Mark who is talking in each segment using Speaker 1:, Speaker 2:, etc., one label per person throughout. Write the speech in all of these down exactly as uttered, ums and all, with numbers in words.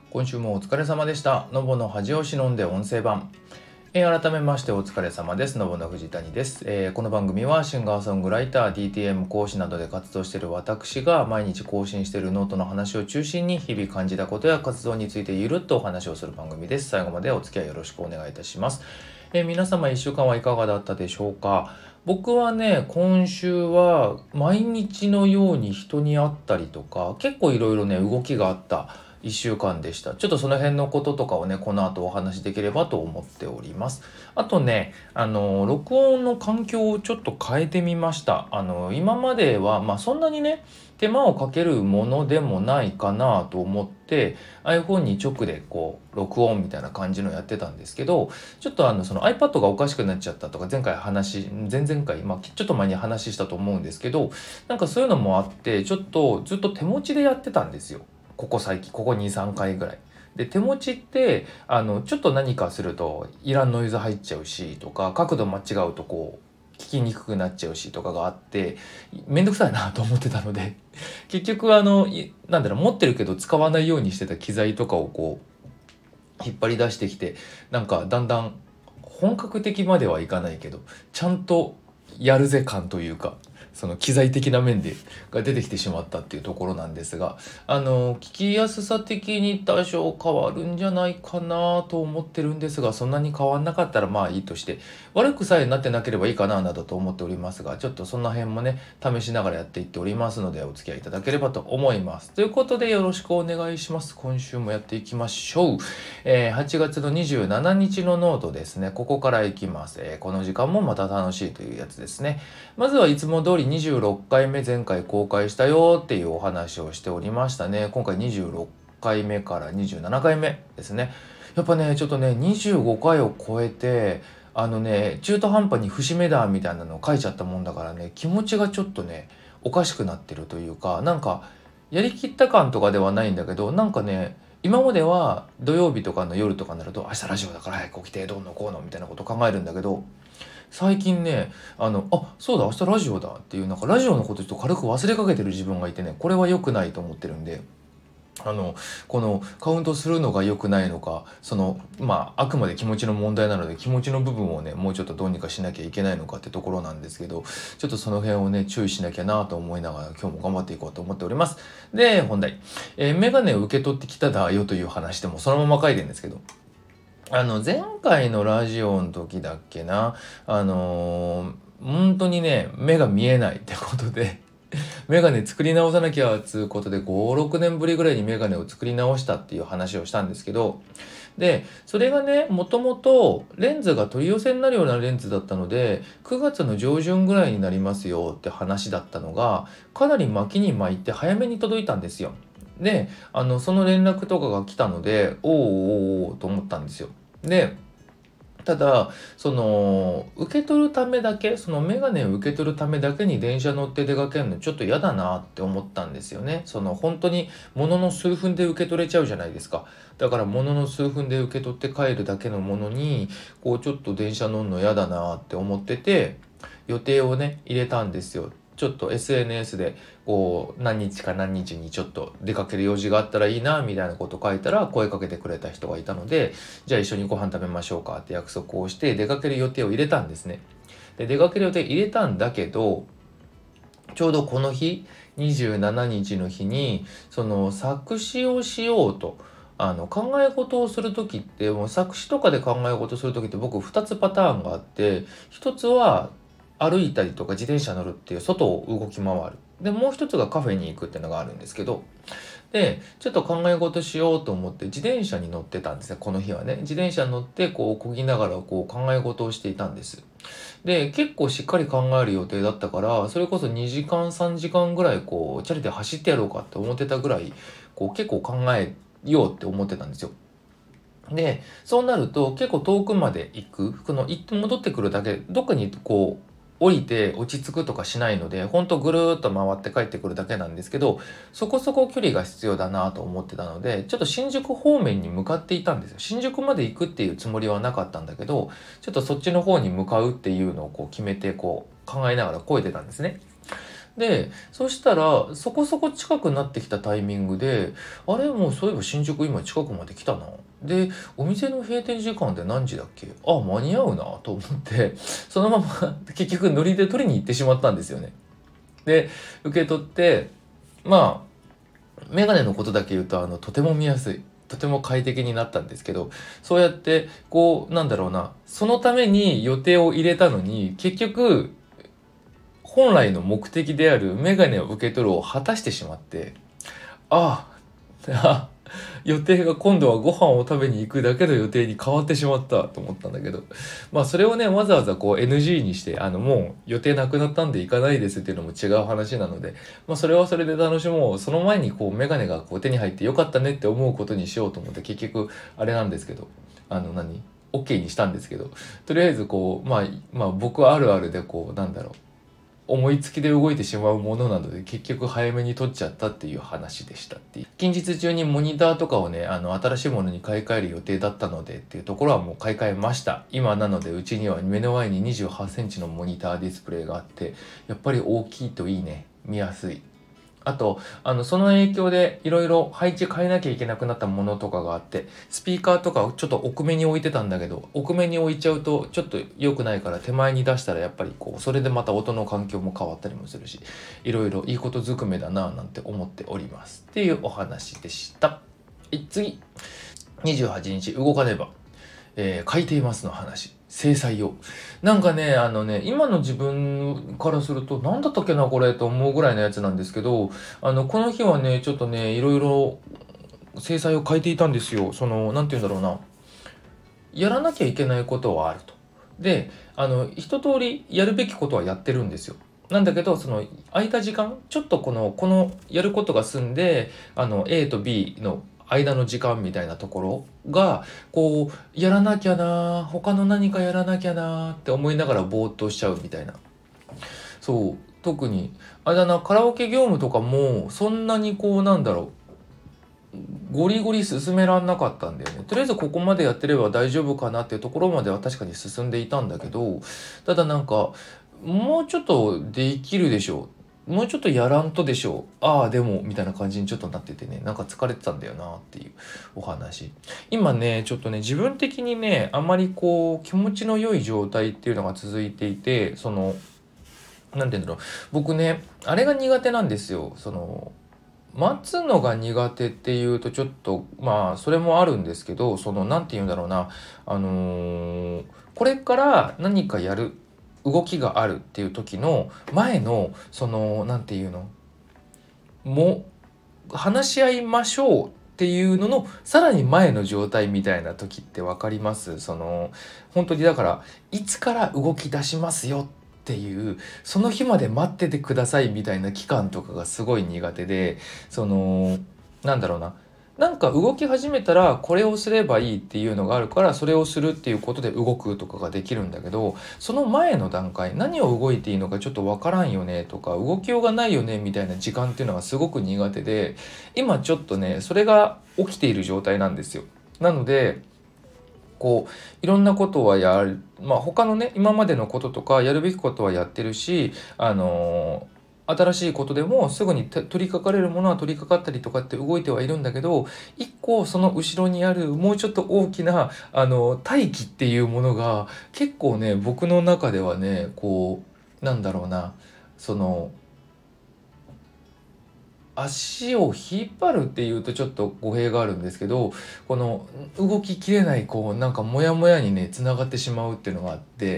Speaker 1: 今週もお疲れ様でした。のぼの恥を忍んで音声版。えー改めましてお疲れ様です。のぼの藤谷です、えーこの番組はシンガーソングライター、ディーティーエム 講師などで活動している私が毎日更新しているノートの話を中心に日々感じたことや活動についてゆるっとお話をする番組です。最後までお付き合いよろしくお願いいたします。えー皆様いっしゅうかんはいかがだったでしょうか。僕はね、今週は毎日のように人に会ったりとか、結構いろいろね、動きがあったいっしゅうかんでした。ちょっとその辺のこととかをね、この後お話しできればと思っております。あとね、あの、録音の環境をちょっと変えてみました。あの、今までは、まあそんなにね、手間をかけるものでもないかなと思って iPhone に直でこう録音みたいな感じのやってたんですけど、ちょっとあのその iPad がおかしくなっちゃったとか前回話前々回、まあ、ちょっと前に話したと思うんですけど、なんかそういうのもあってちょっとずっと手持ちでやってたんですよ。ここ最近ここにさんかいぐらいで、手持ちってあのちょっと何かするといらんノイズ入っちゃうしとか、角度間違うとこう聞きにくくなっちゃうしとかがあってめんどくさいなと思ってたので結局あのいなんだろう、持ってるけど使わないようにしてた機材とかをこう引っ張り出してきて、なんかだんだん本格的まではいかないけどちゃんとやるぜ感というか、その機材的な面でが出てきてしまったっていうところなんですが、あの聞きやすさ的に多少変わるんじゃないかなと思ってるんですが、そんなに変わんなかったらまあいいとして、悪くさえなってなければいいかななどと思っておりますが、ちょっとその辺もね試しながらやっていっておりますので、お付き合いいただければと思います。ということでよろしくお願いします。今週もやっていきましょう。えーはちがつのにじゅうしちにちのノートですね。ここからいきます、えーこの時間もまた楽しいというやつですね。まずはいつも通りにじゅうろっかいめ、前回公開したよっていうお話をしておりましたね。今回にじゅうろっかいめからにじゅうななかいめですね。やっぱねちょっとねにじゅうごかいを超えて、あのね中途半端に節目だみたいなのを書いちゃったもんだからね、気持ちがちょっとねおかしくなってるというか、なんかやりきった感とかではないんだけど、なんかね今までは土曜日とかの夜とかになると明日ラジオだから早く起きてどうのこうのみたいなこと考えるんだけど、最近ねあのあそうだ明日ラジオだっていう、なんかラジオのことちょっと軽く忘れかけてる自分がいてね、これは良くないと思ってるんで、あのこのカウントするのが良くないのか、そのまああくまで気持ちの問題なので気持ちの部分をねもうちょっとどうにかしなきゃいけないのかってところなんですけど、ちょっとその辺をね注意しなきゃなと思いながら今日も頑張っていこうと思っております。で本題、えーメガネを受け取ってきただよという話でもそのまま書いてるんですけど、あの前回のラジオの時だっけな、あのー本当にね目が見えないってことでメガネ作り直さなきゃつうことでご、ろくねんぶりぐらいにメガネを作り直したっていう話をしたんですけど、でそれがねもともとレンズが取り寄せになるようなレンズだったのでくがつの上旬ぐらいになりますよって話だったのが、かなり巻きに巻いて早めに届いたんですよ。であのその連絡とかが来たのでおーおーおーと思ったんですよ。でただその受け取るためだけ、そのメガネを受け取るためだけに電車乗って出かけるのちょっと嫌だなって思ったんですよね。その本当にものの数分で受け取れちゃうじゃないですか。だからものの数分で受け取って帰るだけのものにこうちょっと電車乗るの嫌だなって思ってて、予定をね入れたんですよ。ちょっと エスエヌエス でこう何日か何日にちょっと出かける用事があったらいいなみたいなこと書いたら声かけてくれた人がいたので、じゃあ一緒にご飯食べましょうかって約束をして出かける予定を入れたんですね。で出かける予定入れたんだけど、ちょうどこの日にじゅうしちにちの日にその作詞をしようと、あの考え事をする時って、もう作詞とかで考え事する時って僕ふたつパターンがあって、ひとつは歩いたりとか自転車乗るっていう外を動き回る。でもう一つがカフェに行くっていうのがあるんですけど、でちょっと考え事しようと思って自転車に乗ってたんですね。この日はね自転車に乗ってこう漕ぎながらこう考え事をしていたんです。で結構しっかり考える予定だったから、それこそにじかんさんじかんぐらいこうチャリで走ってやろうかって思ってたぐらいこう結構考えようって思ってたんですよ。でそうなると結構遠くまで行く、この行って戻ってくるだけ、どっかにこう降りて落ち着くとかしないので、ほんとぐるーっと回って帰ってくるだけなんですけど、そこそこ距離が必要だなと思ってたので、ちょっと新宿方面に向かっていたんですよ。新宿まで行くっていうつもりはなかったんだけど、ちょっとそっちの方に向かうっていうのをこう決めてこう考えながら漕いでたんですね。 でそしたらそこそこ近くなってきたタイミングで、あれもうそういえば新宿今近くまで来たな、でお店の閉店時間って何時だっけ、あ間に合うなと思ってそのまま結局乗りで取りに行ってしまったんですよね。で受け取って、まあメガネのことだけ言うとあのとても見やすい、とても快適になったんですけど、そうやってこうなんだろうな、そのために予定を入れたのに結局本来の目的であるメガネを受け取るを果たしてしまって、ああ予定が今度はご飯を食べに行くだけの予定に変わってしまったと思ったんだけど、まあそれをねわざわざこう エヌジー にしてあのもう予定なくなったんで行かないですっていうのも違う話なので、まあそれはそれで楽しもう、その前にこうメガネがこう手に入ってよかったねって思うことにしようと思って結局あれなんですけど、あの何 OK にしたんですけど、とりあえずこうまあまあ僕はあるあるでこうなんだろう、思いつきで動いてしまうものなので結局早めに取っちゃったっていう話でしたっていう。近日中にモニターとかをねあの新しいものに買い替える予定だったのでっていうところはもう買い替えました。今なのでうちには目の前ににじゅうはちセンチのモニターディスプレイがあって、やっぱり大きいといいね、見やすい。あとあのその影響でいろいろ配置変えなきゃいけなくなったものとかがあって、スピーカーとかをちょっと奥目に置いてたんだけど、奥目に置いちゃうとちょっと良くないから手前に出したらやっぱりこうそれでまた音の環境も変わったりもするし、いろいろいいことずくめだなぁなんて思っておりますっていうお話でした。い次にじゅうはちにち動かねば、えー書いていますの話、制裁を。なんかねあのね今の自分からすると何だったっけなこれと思うぐらいのやつなんですけど、あのこの日はねちょっとねいろいろ制裁を書いていたんですよ。そのなんて言うんだろうな、やらなきゃいけないことはあると。であの一通りやるべきことはやってるんですよ。なんだけどその空いた時間ちょっとこのこのやることが済んであの A と B の間の時間みたいなところがこうやらなきゃな、他の何かやらなきゃなって思いながらぼーっとしちゃうみたいな。そう特にあれだな、カラオケ業務とかもそんなにこうなんだろう、ゴリゴリ進めらんなかったんだよね。とりあえずここまでやってれば大丈夫かなっていうところまでは確かに進んでいたんだけど、ただなんかもうちょっとできるでしょう、もうちょっとやらんとでしょう、ああでもみたいな感じにちょっとなっててね、なんか疲れてたんだよなっていうお話。今ねちょっとね自分的にねあまりこう気持ちの良い状態っていうのが続いていて、そのなんて言うんだろう、僕ねあれが苦手なんですよ。その待つのが苦手っていうとちょっとまあそれもあるんですけど、そのなんて言うんだろうな、あのーこれから何かやる動きがあるっていう時の前のそのなんていうの、もう話し合いましょうっていうののさらに前の状態みたいな時って分かります？その本当にだからいつから動き出しますよっていうその日まで待っててくださいみたいな期間とかがすごい苦手で、そのなんだろうな、なんか動き始めたらこれをすればいいっていうのがあるからそれをするっていうことで動くとかができるんだけど、その前の段階何を動いていいのかちょっとわからんよねとか動きようがないよねみたいな時間っていうのがすごく苦手で、今ちょっとねそれが起きている状態なんですよ。なのでこういろんなことはやる、まあ他のね今までのこととかやるべきことはやってるし、あのー新しいことでもすぐに取り掛かれるものは取り掛かったりとかって動いてはいるんだけど、一個その後ろにあるもうちょっと大きなあの大気っていうものが結構ね僕の中ではねこうなんだろうな、その足を引っ張るっていうとちょっと語弊があるんですけど、この動ききれないこうなんかモヤモヤにねつながってしまうっていうのがあって、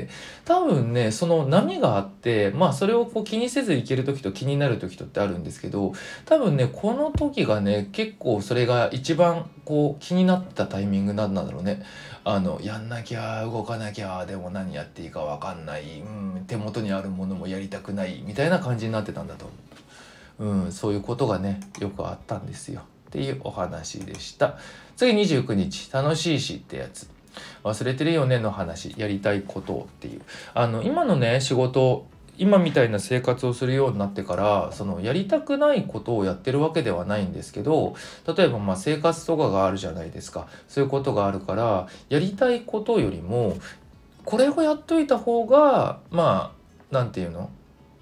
Speaker 1: 多分ねその波があって、まあそれをこう気にせずいける時と気になる時とってあるんですけど、多分ねこの時がね結構それが一番こう気になったタイミングなんだろうね。あのやんなきゃ動かなきゃでも何やっていいか分かんない、うん、手元にあるものもやりたくないみたいな感じになってたんだと思う。うん、そういうことがねよくあったんですよっていうお話でした。次にじゅうくにち楽しいしってやつ、忘れてるよねの話、やりたいことをっていう、あの今のね仕事今みたいな生活をするようになってからそのやりたくないことをやってるわけではないんですけど、例えばまあ生活とかがあるじゃないですか。そういうことがあるからやりたいことよりもこれをやっといた方がまあなんていうの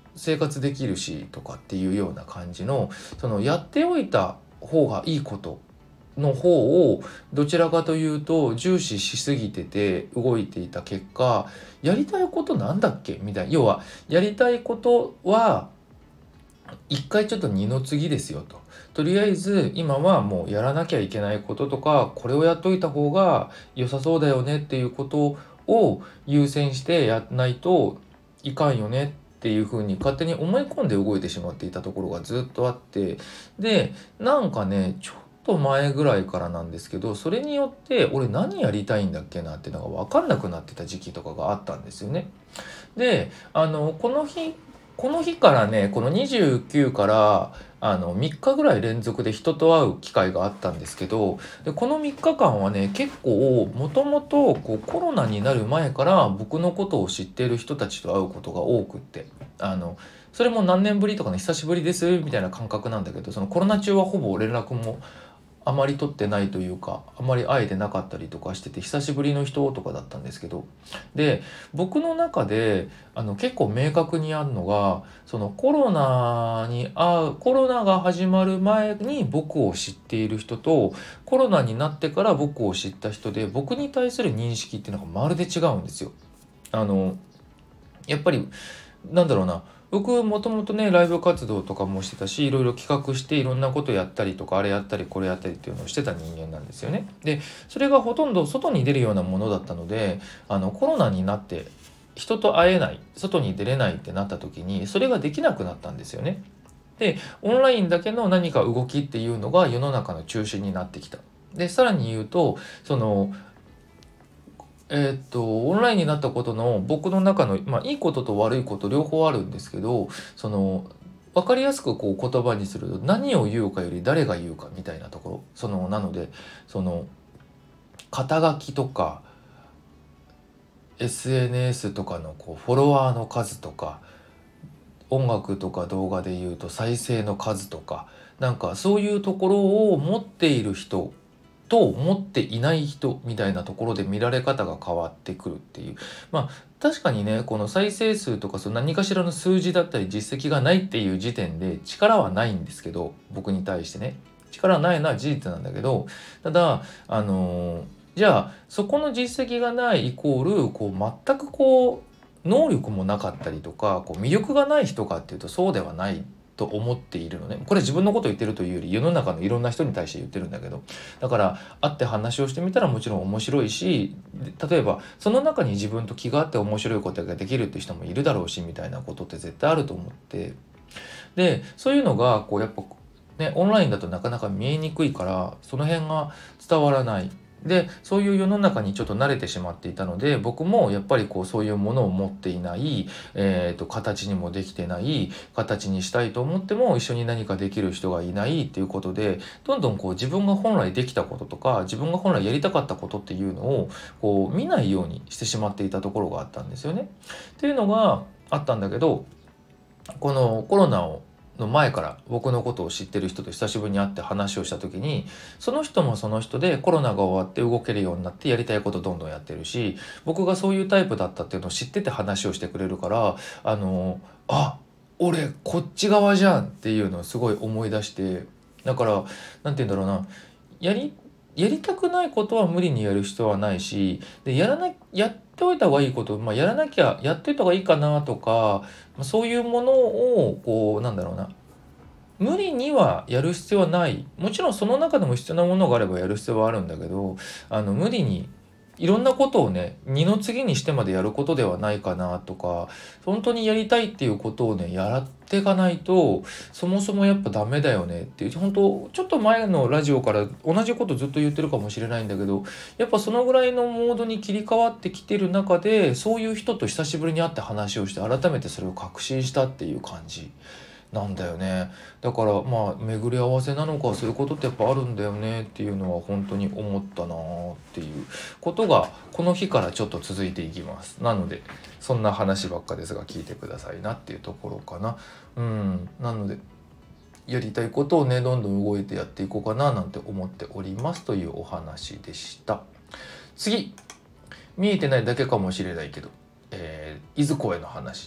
Speaker 1: 生活できるしとかっていうような感じの、そのやっておいた方がいいことの方をどちらかというと重視しすぎてて動いていた結果、やりたいことなんだっけみたいな、要はやりたいことは一回ちょっと二の次ですよと。とりあえず今はもうやらなきゃいけないこととか、これをやっといた方が良さそうだよねっていうことを優先してやらないといかんよねっていうふうに勝手に思い込んで動いてしまっていたところがずっとあって、でなんかねちょっと前ぐらいからなんですけど、それによって俺何やりたいんだっけなっていうのが分かんなくなってた時期とかがあったんですよね。であのこの日この日からね、このにじゅうくからあのみっかぐらい連続で人と会う機会があったんですけど、でこのみっかかんはね結構もともとこうコロナになる前から僕のことを知っている人たちと会うことが多くって、あのそれも何年ぶりとかね久しぶりですみたいな感覚なんだけど、そのコロナ中はほぼ連絡もあまり取ってないというか、あまり会えてなかったりとかしてて久しぶりの人とかだったんですけど、で僕の中であの結構明確にあるのが、そのコロナに会うコロナが始まる前に僕を知っている人とコロナになってから僕を知った人で、僕に対する認識っていうのがまるで違うんですよ。あのやっぱりなんだろうな、僕もともとねライブ活動とかもしてたし、いろいろ企画していろんなことやったりとか、あれやったりこれやったりっていうのをしてた人間なんですよね。でそれがほとんど外に出るようなものだったので、あのコロナになって人と会えない、外に出れないってなった時にそれができなくなったんですよね。でオンラインだけの何か動きっていうのが世の中の中心になってきた。でさらに言うと、そのえーっとオンラインになったことの僕の中の、まあ、いいことと悪いこと両方あるんですけど、その分かりやすくこう言葉にすると、何を言うかより誰が言うかみたいなところ、そのなのでその肩書きとか エスエヌエス とかのこうフォロワーの数とか、音楽とか動画で言うと再生の数とか、なんかそういうところを持っている人と持っていない人みたいなところで見られ方が変わってくるっていう。まあ確かにね、この再生数とかその何かしらの数字だったり実績がないっていう時点で力はないんですけど、僕に対してね力はないのは事実なんだけど、ただあのーじゃあそこの実績がないイコールこう全くこう能力もなかったりとか、こう魅力がない人かっていうとそうではないと思っているのね。これ自分のことを言ってるというより世の中のいろんな人に対して言ってるんだけど、だから会って話をしてみたらもちろん面白いし、例えばその中に自分と気があって面白いことができるっていう人もいるだろうしみたいなことって絶対あると思って、でそういうのがこうやっぱねオンラインだとなかなか見えにくいから、その辺が伝わらない。でそういう世の中にちょっと慣れてしまっていたので、僕もやっぱりこうそういうものを持っていない、えー、と形にもできてない形にしたいと思っても一緒に何かできる人がいないっていうことで、どんどんこう自分が本来できたこととか自分が本来やりたかったことっていうのをこう見ないようにしてしまっていたところがあったんですよね。っていうのがあったんだけど、このコロナをの前から僕のことを知ってる人と久しぶりに会って話をした時に、その人もその人でコロナが終わって動けるようになってやりたいことどんどんやってるし、僕がそういうタイプだったっていうのを知ってて話をしてくれるから、あのあ俺こっち側じゃんっていうのをすごい思い出して、だからなんて言うんだろうな、やりやりたくないことは無理にやる必要はないし、でやらなやっておいた方がいいこと、まあ、やらなきゃやっておいた方がいいかなとか、まあそういうものをこうなんだろうな、無理にはやる必要はない。もちろんその中でも必要なものがあればやる必要はあるんだけど、あの無理にいろんなことをね二の次にしてまでやることではないかなとか、本当にやりたいっていうことをねやっていかないとそもそもやっぱダメだよねっていう、本当ちょっと前のラジオから同じことずっと言ってるかもしれないんだけど、やっぱそのぐらいのモードに切り替わってきてる中で、そういう人と久しぶりに会って話をして改めてそれを確信したっていう感じなんだよね。だからまあ巡り合わせなのか、そういうことってやっぱあるんだよねっていうのは本当に思ったなっていうことがこの日からちょっと続いていきます。なのでそんな話ばっかですが聞いてくださいなっていうところかな。うんなのでやりたいことをねどんどん動いてやっていこうかななんて思っておりますというお話でした。次、見えてないだけかもしれないけど、えー、いずこへの話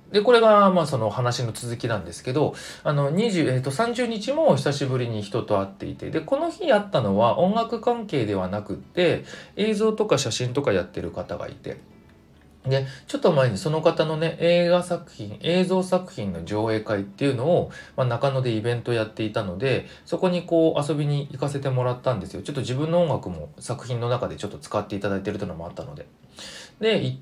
Speaker 1: で、これが、まあ、その話の続きなんですけど、あの、にじゅう、えっと、さんじゅうにちも久しぶりに人と会っていて、で、この日会ったのは音楽関係ではなくって、映像とか写真とかやってる方がいて、で、ちょっと前にその方のね、映画作品、映像作品の上映会っていうのを、まあ、中野でイベントやっていたので、そこにこう遊びに行かせてもらったんですよ。ちょっと自分の音楽も作品の中でちょっと使っていただいてるというのもあったので。で、行って、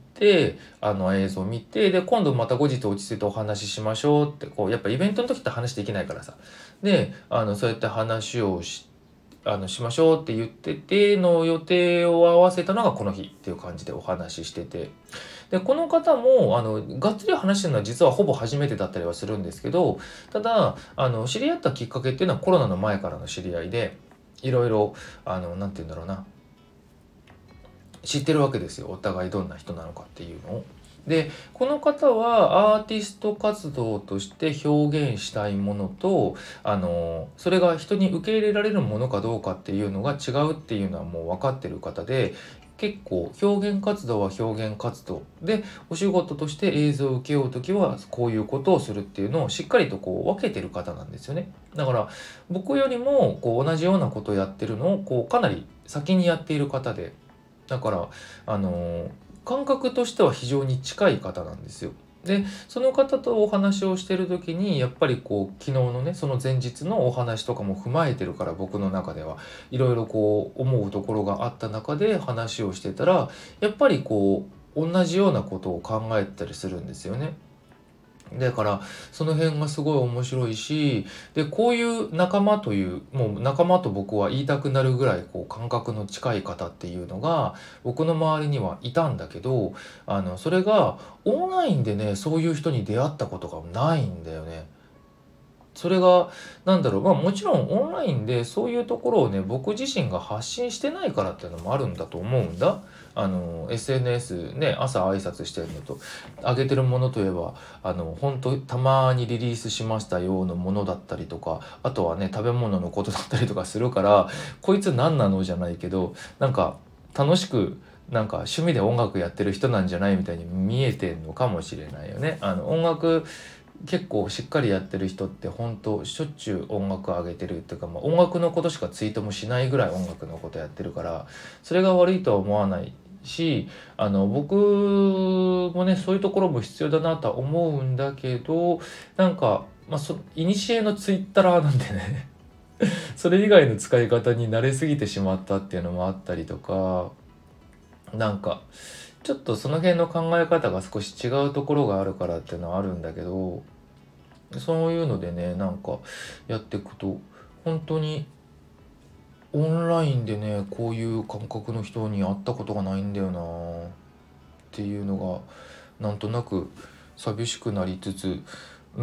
Speaker 1: あの映像を見て、で、今度また後日落ち着いてお話ししましょうって、こう、やっぱイベントの時って話できないからさ。で、あの、そうやって話をし、あの、しましょうって言ってての予定を合わせたのがこの日っていう感じでお話ししてて。で、この方も、あの、がっつり話してるのは実はほぼ初めてだったりはするんですけど、ただ、あの、知り合ったきっかけっていうのはコロナの前からの知り合いで、いろいろ、あの、なんて言うんだろうな、知ってるわけですよ。お互いどんな人なのかっていうのを。で、この方はアーティスト活動として表現したいものと、あの、それが人に受け入れられるものかどうかっていうのが違うっていうのはもう分かってる方で、結構表現活動は表現活動で、お仕事として映像を受けようときはこういうことをするっていうのをしっかりとこう分けてる方なんですよね。だから僕よりもこう同じようなことをやってるのをこうかなり先にやっている方で、だからあのー感覚としては非常に近い方なんですよ。で、その方とお話をしてる時にやっぱりこう昨日のね、その前日のお話とかも踏まえてるから、僕の中ではいろいろこう思うところがあった中で話をしてたら、やっぱりこう同じようなことを考えたりするんですよね。だからその辺がすごい面白いし、でこういう仲間という、もう仲間と僕は言いたくなるぐらいこう感覚の近い方っていうのが僕の周りにはいたんだけど、あのそれがオンラインでね、そういう人に出会ったことがないんだよね。それがなんだろう、まあもちろんオンラインでそういうところをね、僕自身が発信してないからっていうのもあるんだと思うんだ。あの エスエヌエス ね、朝挨拶してるのと上げてるものといえば、あの本当たまにリリースしましたようなものだったりとか、あとはね食べ物のことだったりとかするから、こいつ何なのじゃないけど、なんか楽しくなんか趣味で音楽やってる人なんじゃないみたいに見えてんのかもしれないよね。あの音楽結構しっかりやってる人って本当しょっちゅう音楽上げてるっていうか、まあ、音楽のことしかツイートもしないぐらい音楽のことやってるから、それが悪いとは思わないし、あの僕もねそういうところも必要だなとは思うんだけど、なんかまあそいにしえのツイッターなんでねそれ以外の使い方に慣れすぎてしまったっていうのもあったりとか、なんかちょっとその辺の考え方が少し違うところがあるからっていうのはあるんだけど、そういうのでね、なんかやっていくと本当にオンラインでね、こういう感覚の人に会ったことがないんだよなっていうのがなんとなく寂しくなりつつ、うん、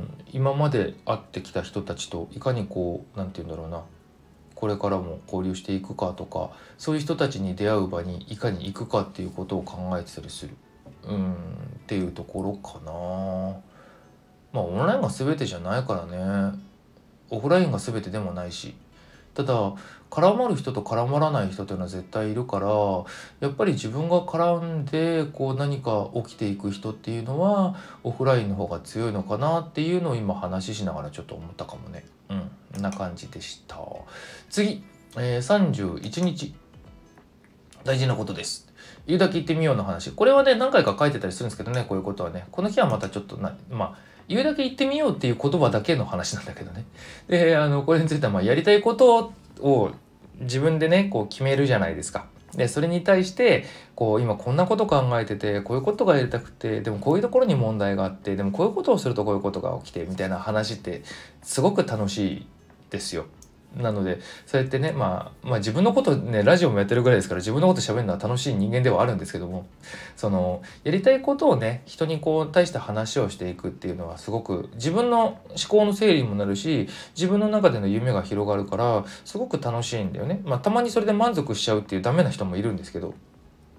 Speaker 1: 今まで会ってきた人たちといかにこうなんて言うんだろうな、これからも交流していくかとか、そういう人たちに出会う場にいかに行くかっていうことを考えてたりする、うんっていうところかな。まあオンラインが全てじゃないからね、オフラインが全てでもないし、ただ絡まる人と絡まらない人というのは絶対いるから、やっぱり自分が絡んでこう何か起きていく人っていうのはオフラインの方が強いのかなっていうのを今話しながらちょっと思ったかもね。うん、こんな感じでした。次、えー、さんじゅういちにち、大事なことです。言うだけ言ってみようの話。これはね、何回か書いてたりするんですけどね、こういうことはね。この日はまたちょっとな、まあ、言うだけ言ってみようっていう言葉だけの話なんだけどね。で、あの、これについては、まあ、やりたいことを自分でね、こう決めるじゃないですか。で、それに対して、こう、今こんなこと考えてて、こういうことがやりたくて、でもこういうところに問題があって、でもこういうことをするとこういうことが起きて、みたいな話って、すごく楽しいですよ。なのでそうやってね、まあ、まあ自分のことね、ラジオもやってるぐらいですから、自分のこと喋るのは楽しい人間ではあるんですけども、そのやりたいことをね、人にこう対して話をしていくっていうのはすごく自分の思考の整理にもなるし、自分の中での夢が広がるからすごく楽しいんだよね。まあたまにそれで満足しちゃうっていうダメな人もいるんですけど、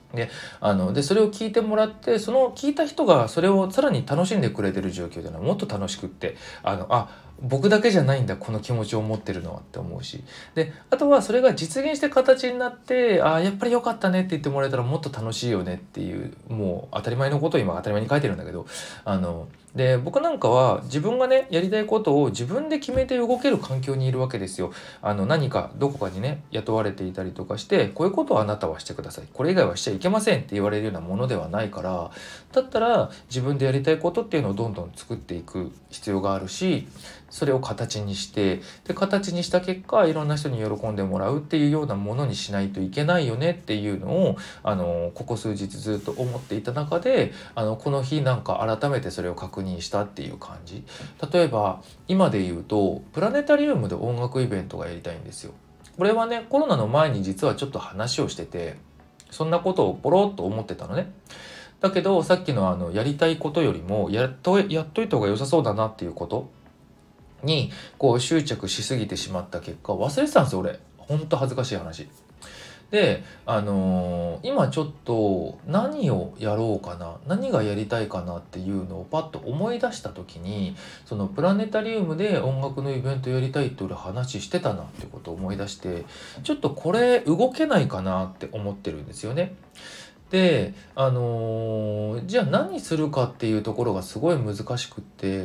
Speaker 1: であのでそれを聞いてもらって、その聞いた人がそれをさらに楽しんでくれてる状況というのはもっと楽しくって、あのあ僕だけじゃないんだこの気持ちを持ってるのはって思うし、であとはそれが実現して形になって、あやっぱり良かったねって言ってもらえたらもっと楽しいよねっていう、もう当たり前のことを今当たり前に書いてるんだけど、あので僕なんかは自分がねやりたいことを自分で決めて動ける環境にいるわけですよ。あの何かどこかにね雇われていたりとかして、こういうことをあなたはしてください、これ以外はしちゃいけませんって言われるようなものではないから、だったら自分でやりたいことっていうのをどんどん作っていく必要があるし、それを形にして、で形にした結果いろんな人に喜んでもらうっていうようなものにしないといけないよねっていうのを、あのここ数日ずっと思っていた中で、あのこの日なんか改めてそれを確認したっていう感じ。例えば今で言うとプラネタリウムで音楽イベントがやりたいんですよ。これはねコロナの前に実はちょっと話をしてて、そんなことをポロッと思ってたのね。だけどさっきのあのやりたいことよりもやっとやっといた方が良さそうだなっていうことにこう執着しすぎてしまった結果忘れてたんですよ俺。ほんと恥ずかしい話で、あのー今ちょっと何をやろうかな、何がやりたいかなっていうのをパッと思い出した時に、そのプラネタリウムで音楽のイベントやりたいって俺話してたなってことを思い出して、ちょっとこれ動けないかなって思ってるんですよね。で、あのーじゃあ何するかっていうところがすごい難しくって、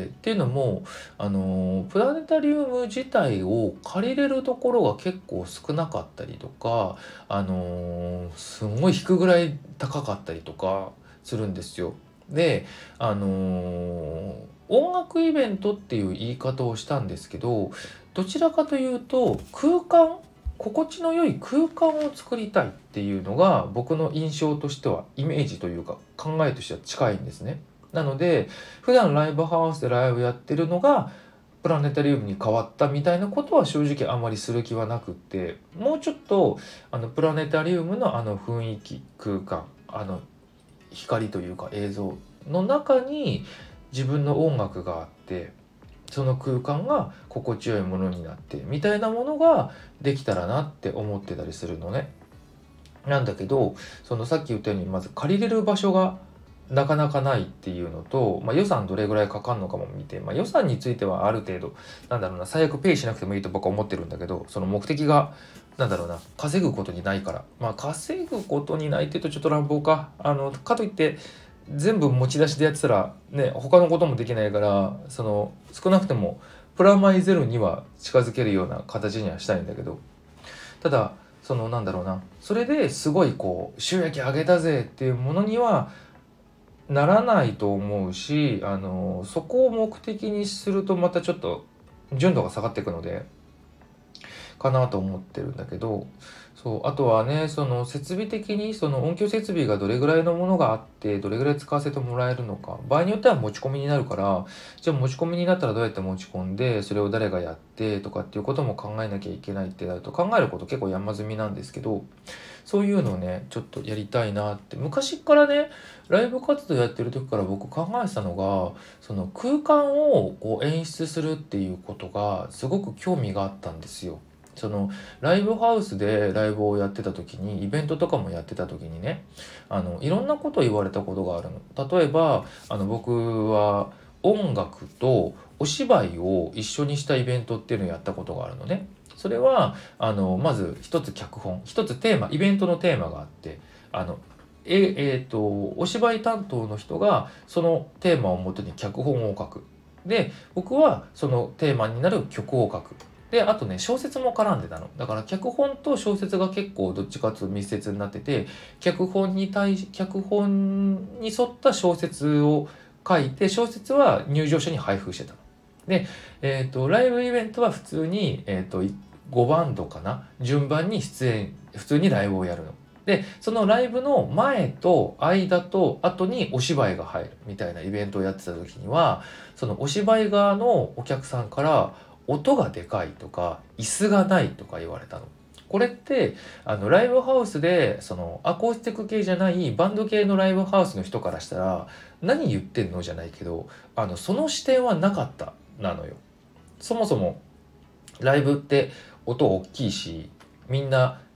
Speaker 1: っていうのも、あのープラネタリウム自体を借りれるところが結構少なかったりとか、あのーすんごい引くぐらい高かったりとかするんですよ。で、あのー音楽イベントっていう言い方をしたんですけど、どちらかというと空間心地の良い空間を作りたいっていうのが僕の印象としては、イメージというか考えとしては近いんですね。なので普段ライブハウスでライブやってるのがプラネタリウムに変わったみたいなことは正直あまりする気はなくって、もうちょっとあのプラネタリウムのあの雰囲気、空間、あの光というか映像の中に自分の音楽があって、その空間が心地よいものになってみたいなものができたらなって思ってたりするのね。なんだけど、そのさっき言ったようにまず借りれる場所がなかなかないっていうのと、まあ、予算どれぐらいかかるのかも見て、まあ、予算についてはある程度なんだろうな、最悪ペイしなくてもいいと僕は思ってるんだけど、その目的がなんだろうな、稼ぐことにないから、まあ稼ぐことにないって言うとちょっと乱暴か、あのかといって全部持ち出しでやってたらね他のこともできないから、その少なくてもプラマイゼロには近づけるような形にはしたいんだけど、ただそのなんだろうな、それですごいこう収益上げたぜっていうものにはならないと思うし、あのそこを目的にするとまたちょっと純度が下がっていくのでかなと思ってるんだけど、そうあとはね、その設備的にその音響設備がどれぐらいのものがあってどれぐらい使わせてもらえるのか、場合によっては持ち込みになるから、じゃあ持ち込みになったらどうやって持ち込んでそれを誰がやってとかっていうことも考えなきゃいけないってなると、考えること結構山積みなんですけど、そういうのをねちょっとやりたいなって、昔からねライブ活動やってる時から僕考えてたのが、その空間をこう演出するっていうことがすごく興味があったんですよ。そのライブハウスでライブをやってた時に、イベントとかもやってた時にね、あのいろんなことを言われたことがあるの。例えばあの僕は音楽とお芝居を一緒にしたイベントっていうのをやったことがあるのね。それはあのまず一つ脚本、一つテーマ、イベントのテーマがあって、あのええーとお芝居担当の人がそのテーマをもとに脚本を書く。で僕はそのテーマになる曲を書く。であとね小説も絡んでたの。だから脚本と小説が結構どっちかというと密接になってて、脚本に対し脚本に沿った小説を書いて、小説は入場者に配布してたの。で、えーとライブイベントは普通に、えーとごバンドかな、順番に出演、普通にライブをやるの。でそのライブの前と間と後にお芝居が入るみたいなイベントをやってた時には、そのお芝居側のお客さんから音がでかいとか椅子がないとか言われたの。これってあのライブハウスでそのアコースティック系じゃないバンド系のライブハウスの人からしたら何言ってんのじゃないけど、あのその視点はなかったなのよ。そもそもライブって音大きいし、みんな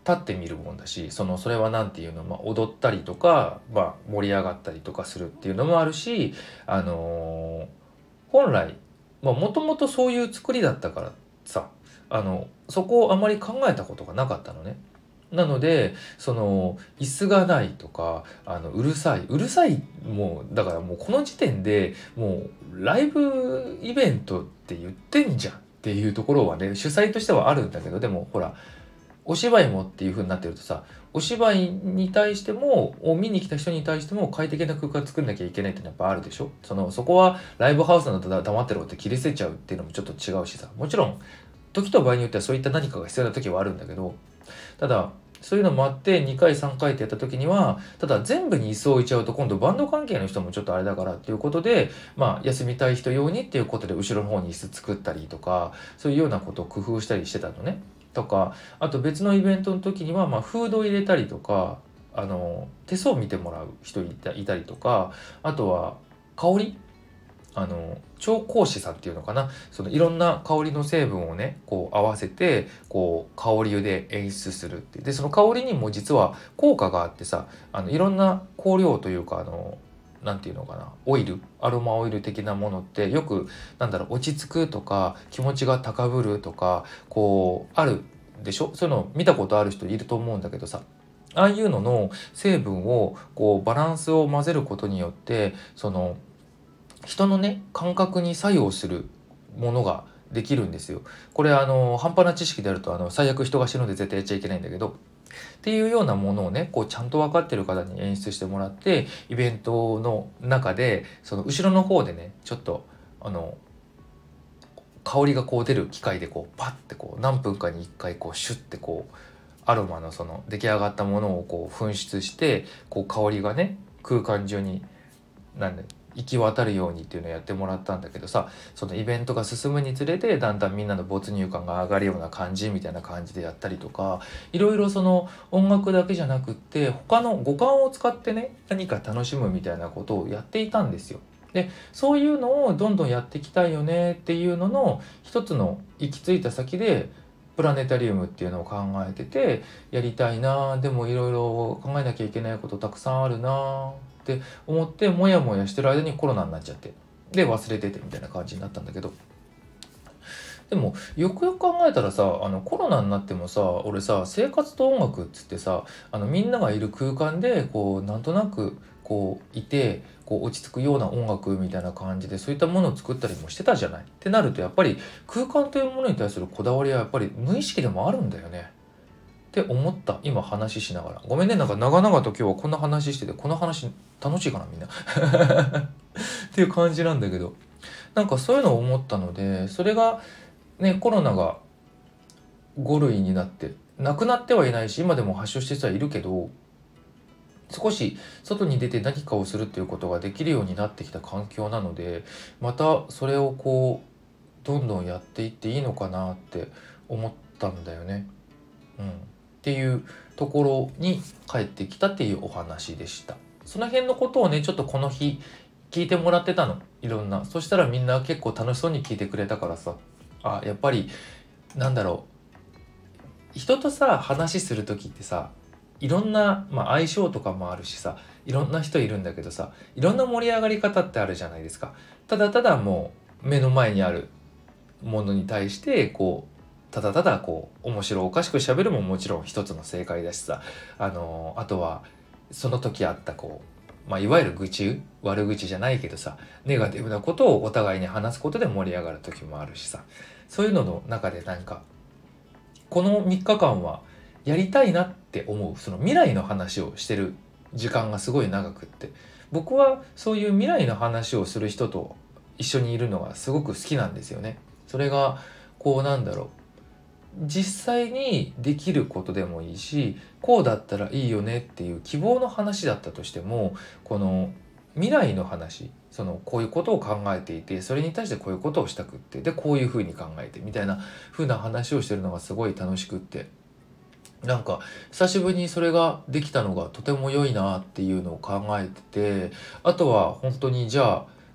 Speaker 1: 立ってみるもんだし、そのそれは何ていうの、まあ、踊ったりとか、まあ、盛り上がったりとかするっていうのもあるし、あのー本来もともとそういう作りだったからさ、あのそこをあまり考えたことがなかったのね。なのでその椅子がないとか、あのうるさいうるさい、もうだからもうこの時点でもうライブイベントって言ってんじゃんっていうところはね、主催としてはあるんだけど、でもほらお芝居もっていう風になってるとさ、お芝居に対してもを見に来た人に対しても快適な空間作んなきゃいけないっていうのはやっぱあるでしょ。そのそこはライブハウスなんだと黙ってろって切り捨てちゃうっていうのもちょっと違うしさ、もちろん時と場合によってはそういった何かが必要な時はあるんだけど、ただそういうのもあってにかいさんかいってやった時には、ただ全部に椅子を置いちゃうと今度バンド関係の人もちょっとあれだからっていうことで、まあ休みたい人用にっていうことで後ろの方に椅子作ったりとか、そういうようなことを工夫したりしてたのね。とか、あと別のイベントの時には、まあ、フードを入れたりとか、あの手相を見てもらう人いた、いたりとか、あとは香り、あの調香師さんっていうのかな、そのいろんな香りの成分をねこう合わせてこう香りで演出するって。でその香りにも実は効果があってさ、あのいろんな香料というか、あのなんていうのかな、オイル、アロマオイル的なものってよくなんだろう、落ち着くとか気持ちが高ぶるとかこうあるでしょ。そういうの見たことある人いると思うんだけどさ、ああいうのの成分をこうバランスを混ぜることによって、その人のね感覚に作用するものができるんですよ。これあの半端な知識であるとあの最悪人が死ぬので絶対やっちゃいけないんだけど、っていうようなものをねこうちゃんと分かってる方に演出してもらって、イベントの中でその後ろの方でねちょっとあの香りがこう出る機械でこうパッてこう何分かにいっかいこうシュッてこうアロマのその出来上がったものをこう噴出して、こう香りがね空間中になんだ行き渡るようにっていうのをやってもらったんだけどさ、そのイベントが進むにつれてだんだんみんなの没入感が上がるような感じみたいな感じでやったりとか、いろいろその音楽だけじゃなくって他の五感を使ってね何か楽しむみたいなことをやっていたんですよ。でそういうのをどんどんやっていきたいよねっていうのの一つの行き着いた先でプラネタリウムっていうのを考えてて、やりたいな、でもいろいろ考えなきゃいけないことたくさんあるなって思ってモヤモヤしてる間にコロナになっちゃって、で忘れててみたいな感じになったんだけど、でもよくよく考えたらさ、あのコロナになってもさ、俺さ生活と音楽っつってさ、あのみんながいる空間でこうなんとなくこういてこう落ち着くような音楽みたいな感じでそういったものを作ったりもしてたじゃない。ってなるとやっぱり空間というものに対するこだわりはやっぱり無意識でもあるんだよねって思った今話しながら。ごめんね、なんか長々と今日はこんな話してて、この話楽しいかなみんなっていう感じなんだけど、なんかそういうのを思ったので、それがねコロナがご類になってなくなってはいないし今でも発症してる人はいるけど、少し外に出て何かをするっていうことができるようになってきた環境なので、またそれをこうどんどんやっていっていいのかなって思ったんだよね。うん、っていうところに帰ってきたっていうお話でした。その辺のことをねちょっとこの日聞いてもらってたの、いろんな。そしたらみんな結構楽しそうに聞いてくれたからさ、あやっぱりなんだろう、人とさ話する時ってさいろんな、まあ、相性とかもあるしさ、いろんな人いるんだけどさ、いろんな盛り上がり方ってあるじゃないですか。ただただもう目の前にあるものに対してこうただただこう面白おかしく喋るももちろん一つの正解だしさ、あのーあとはその時あったこう、まあ、いわゆる愚痴悪口じゃないけどさ、ネガティブなことをお互いに話すことで盛り上がる時もあるしさ、そういうのの中でなんかこのみっかかんはやりたいなって思うその未来の話をしてる時間がすごい長くって、僕はそういう未来の話をする人と一緒にいるのがすごく好きなんですよね。それがこうなんだろう、実際にできることでもいいし、こうだったらいいよねっていう希望の話だったとしても、この未来の話、そのこういうことを考えていてそれに対してこういうことをしたくって、でこういうふうに考えてみたいな風な話をしてるのがすごい楽しくって、なんか久しぶりにそれができたのがとても良いなっていうのを考えてて、あとは本当にじゃあ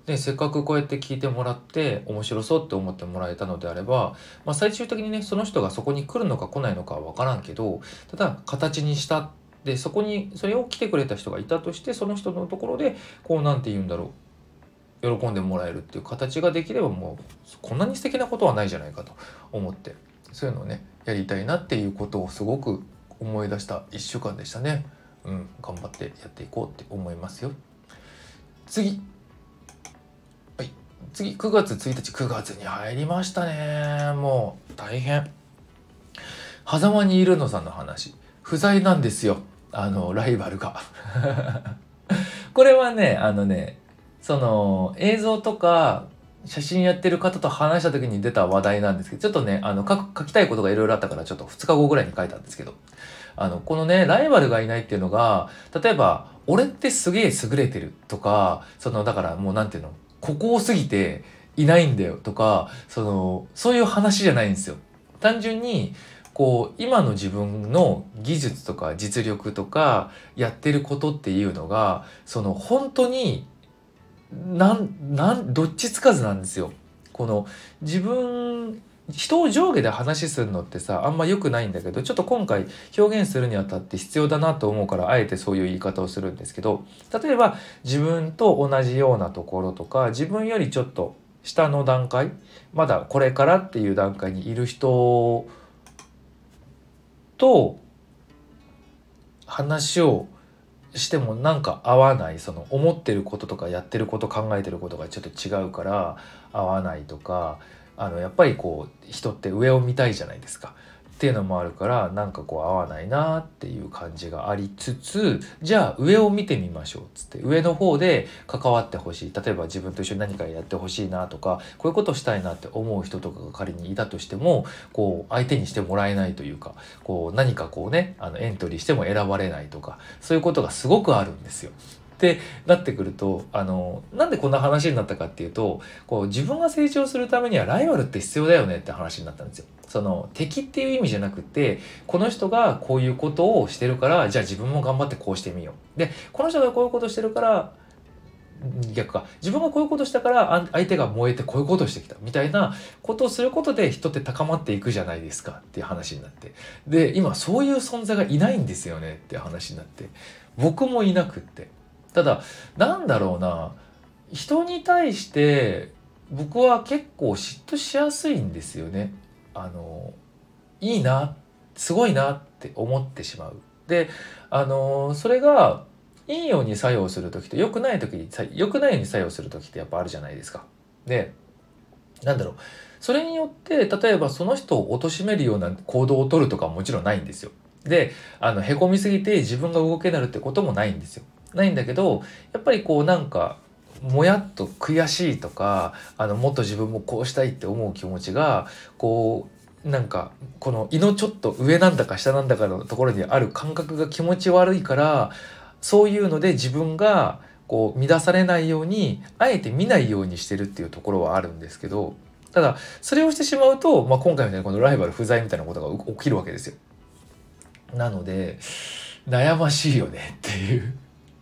Speaker 1: でせっかくこうやって聞いてもらって面白そうって思ってもらえたのであれば、まあ、最終的にねその人がそこに来るのか来ないのかは分からんけど、ただ形にしたでそこにそれを来てくれた人がいたとして、その人のところでこうなんて言うんだろう、喜んでもらえるっていう形ができれば、もうこんなに素敵なことはないじゃないかと思って、そういうのをねやりたいなっていうことをすごく思い出したいっしゅうかんでしたね。うん、頑張ってやっていこうって思いますよ。次はい次くがつついたち、くがつに入りましたね。もう大変。狭間にいるのさんの話、不在なんですよ、あのライバルがこれはねあのねその映像とか写真やってる方と話した時に出た話題なんですけど、ちょっとねあの書く書きたいことがいろいろあったから、ちょっとふつかごぐらいに書いたんですけど、あのこのねライバルがいないっていうのが、例えば俺ってすげえ優れてるとか、そのだからもうなんていうの、ここを過ぎていないんだよとか、そのそういう話じゃないんですよ。単純にこう今の自分の技術とか実力とかやってることっていうのが、その本当になんなんどっちつかずなんですよ。この自分人を上下で話するのってさあんま良くないんだけど、ちょっと今回表現するにあたって必要だなと思うから、あえてそういう言い方をするんですけど、例えば自分と同じようなところとか、自分よりちょっと下の段階、まだこれからっていう段階にいる人と話をしてもなんか合わない、その思ってることとかやってること考えてることがちょっと違うから合わないとか、あのやっぱりこう人って上を見たいじゃないですかっていうのもあるから、なんかこう合わないなっていう感じがありつつ、じゃあ上を見てみましょうっつって、上の方で関わってほしい、例えば自分と一緒に何かやってほしいなとか、こういうことしたいなって思う人とかが仮にいたとしても、こう相手にしてもらえないというか、こう何かこうねあのエントリーしても選ばれないとか、そういうことがすごくあるんですよ。ってなってくると、あのなんでこんな話になったかっていうと、こう自分が成長するためにはライバルって必要だよねって話になったんですよ。その敵っていう意味じゃなくて、この人がこういうことをしてるから、じゃあ自分も頑張ってこうしてみよう。でこの人がこういうことしてるから、逆か、自分がこういうことしたからあ相手が燃えてこういうことをしてきたみたいなことをすることで、人って高まっていくじゃないですかっていう話になって、で今そういう存在がいないんですよねっていう話になって、僕もいなくって、ただなんだろうな、人に対して僕は結構嫉妬しやすいんですよね。あのいいな、すごいなって思ってしまう。であのそれがいいように作用する時と良くない時に良くないように作用する時ってやっぱあるじゃないですか。でなんだろう、それによって例えばその人を貶めるような行動を取るとかはもちろんないんですよ。であのへこみすぎて自分が動けなるってこともないんですよ。ないんだけど、やっぱりこうなんかもやっと悔しいとか、あのもっと自分もこうしたいって思う気持ちがこうなんかこの胃のちょっと上なんだか下なんだかのところにある感覚が気持ち悪いから、そういうので自分がこう乱されないようにあえて見ないようにしてるっていうところはあるんですけど、ただそれをしてしまうと、まあ、今回みたいなこのライバル不在みたいなことが起きるわけですよ。なので悩ましいよねっていう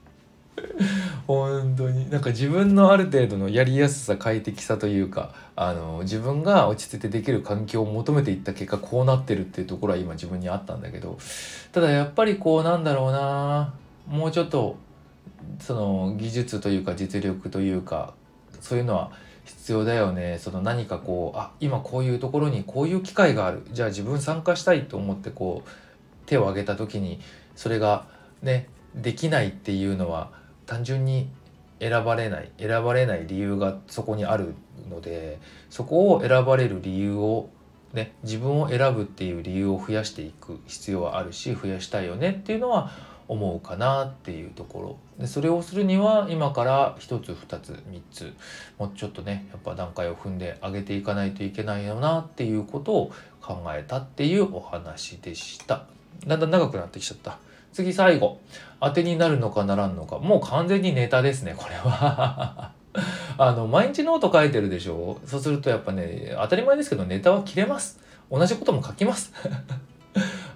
Speaker 1: 本当になんか自分のある程度のやりやすさ快適さというか、あの自分が落ち着いてできる環境を求めていった結果こうなってるっていうところは今自分にあったんだけど、ただやっぱりこうなんだろうな、もうちょっとその技術というか実力というかそういうのは必要だよね。その何かこうあ今こういうところにこういう機会がある、じゃあ自分参加したいと思ってこう手を挙げた時にそれがねできないっていうのは単純に選ばれない選ばれない理由がそこにあるので、そこを選ばれる理由をね、自分を選ぶっていう理由を増やしていく必要はあるし、増やしたいよねっていうのは思うかなっていうところで、それをするには今からひとつふたつみっつもうちょっとねやっぱ段階を踏んで上げていかないといけないよなっていうことを考えたっていうお話でした。だんだん長くなってきちゃった。次最後、当てになるのかならんのか、もう完全にネタですねこれはあの毎日ノート書いてるでしょ。そうするとやっぱね当たり前ですけどネタは切れます。同じことも書きます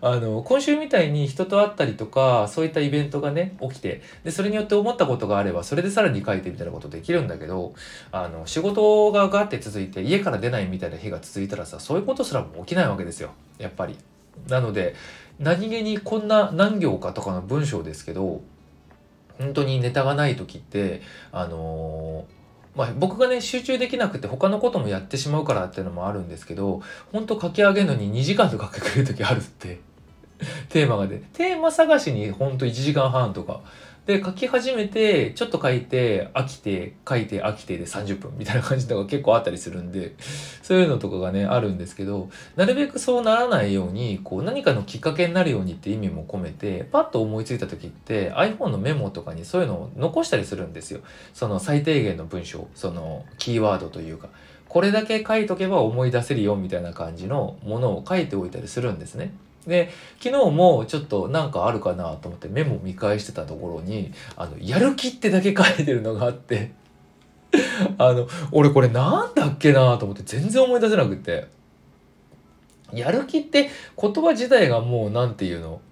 Speaker 1: あの今週みたいに人と会ったりとかそういったイベントがね起きて、でそれによって思ったことがあればそれでさらに書いてみたいなことできるんだけど、あの仕事がガーって続いて家から出ないみたいな日が続いたらさ、そういうことすらも起きないわけですよ、やっぱり。なので何気にこんな何行かとかの文章ですけど、本当にネタがない時ってあのーまあ、僕がね集中できなくて他のこともやってしまうからっていうのもあるんですけど、本当書き上げるのににじかんとかかける時あるってテーマがで、テーマ探しにほんといちじかんはんとかで書き始めてちょっと書いて飽きて書いて飽きてでさんじゅっぷんみたいな感じのが結構あったりするんで、そういうのとかがねあるんですけど、なるべくそうならないようにこう何かのきっかけになるようにって意味も込めて、パッと思いついた時って iPhone のメモとかにそういうのを残したりするんですよ。その最低限の文章、そのキーワードというか、これだけ書いとけば思い出せるよみたいな感じのものを書いておいたりするんですね。で昨日もちょっとなんかあるかなと思ってメモ見返してたところに、あのやる気ってだけ書いてるのがあってあの俺これなんだっけなと思って全然思い出せなくて、やる気って言葉自体がもうなんていうの、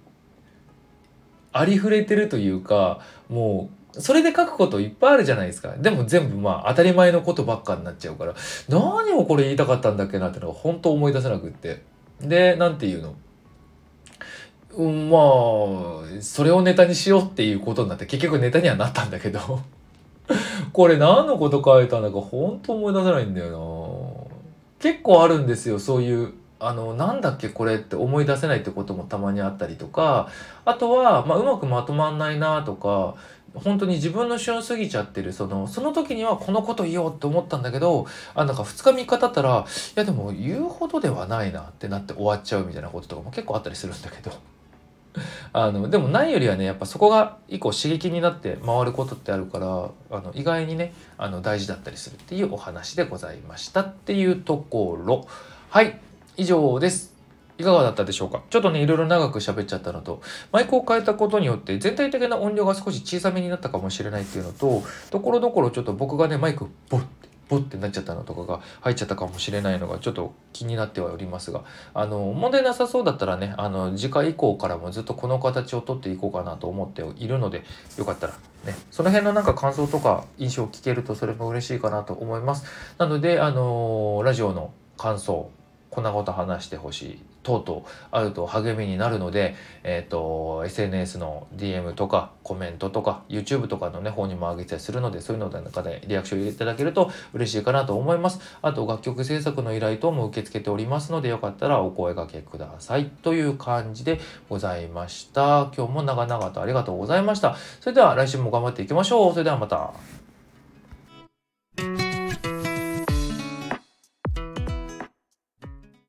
Speaker 1: ありふれてるというか、もうそれで書くこといっぱいあるじゃないですか。でも全部まあ当たり前のことばっかになっちゃうから、何をこれ言いたかったんだっけなってのが本当思い出せなくって、でなんていうの、うん、まあそれをネタにしようっていうことになって結局ネタにはなったんだけどこれ何のこと書いたんだか本当思い出せないんだよな。結構あるんですよ、そういうあのなんだっけこれって思い出せないってこともたまにあったりとか、あとは、まあ、うまくまとまんないなとか、本当に自分の旬過ぎちゃってる、そのその時にはこのこと言おうって思ったんだけど、あなんかふつかみっか経ったらいやでも言うほどではないなってなって終わっちゃうみたいなこととかも結構あったりするんだけどあのでもないよりはね、やっぱそこが以降刺激になって回ることってあるから、あの意外にねあの大事だったりするっていうお話でございましたっていうところ。はい、以上です。いかがだったでしょうか。ちょっとねいろいろ長く喋っちゃったのと、マイクを変えたことによって全体的な音量が少し小さめになったかもしれないっていうのと、ところどころちょっと僕がねマイクボッてボッてなっちゃったのとかが入っちゃったかもしれないのがちょっと気になってはおりますが、あの問題なさそうだったらね、あの次回以降からもずっとこの形をとっていこうかなと思っているので、よかったらねその辺のなんか感想とか印象を聞けるとそれも嬉しいかなと思います。なのであのラジオの感想、こんなこと話してほしい等々あると励みになるので、えっと エスエヌエス の ディーエム とかコメントとか YouTube とかのね方にも上げてたりするので、そういうのの中でリアクション入れていただけると嬉しいかなと思います。あと楽曲制作の依頼等も受け付けておりますので、よかったらお声掛けくださいという感じでございました。今日も長々とありがとうございました。それでは来週も頑張っていきましょう。それではまた。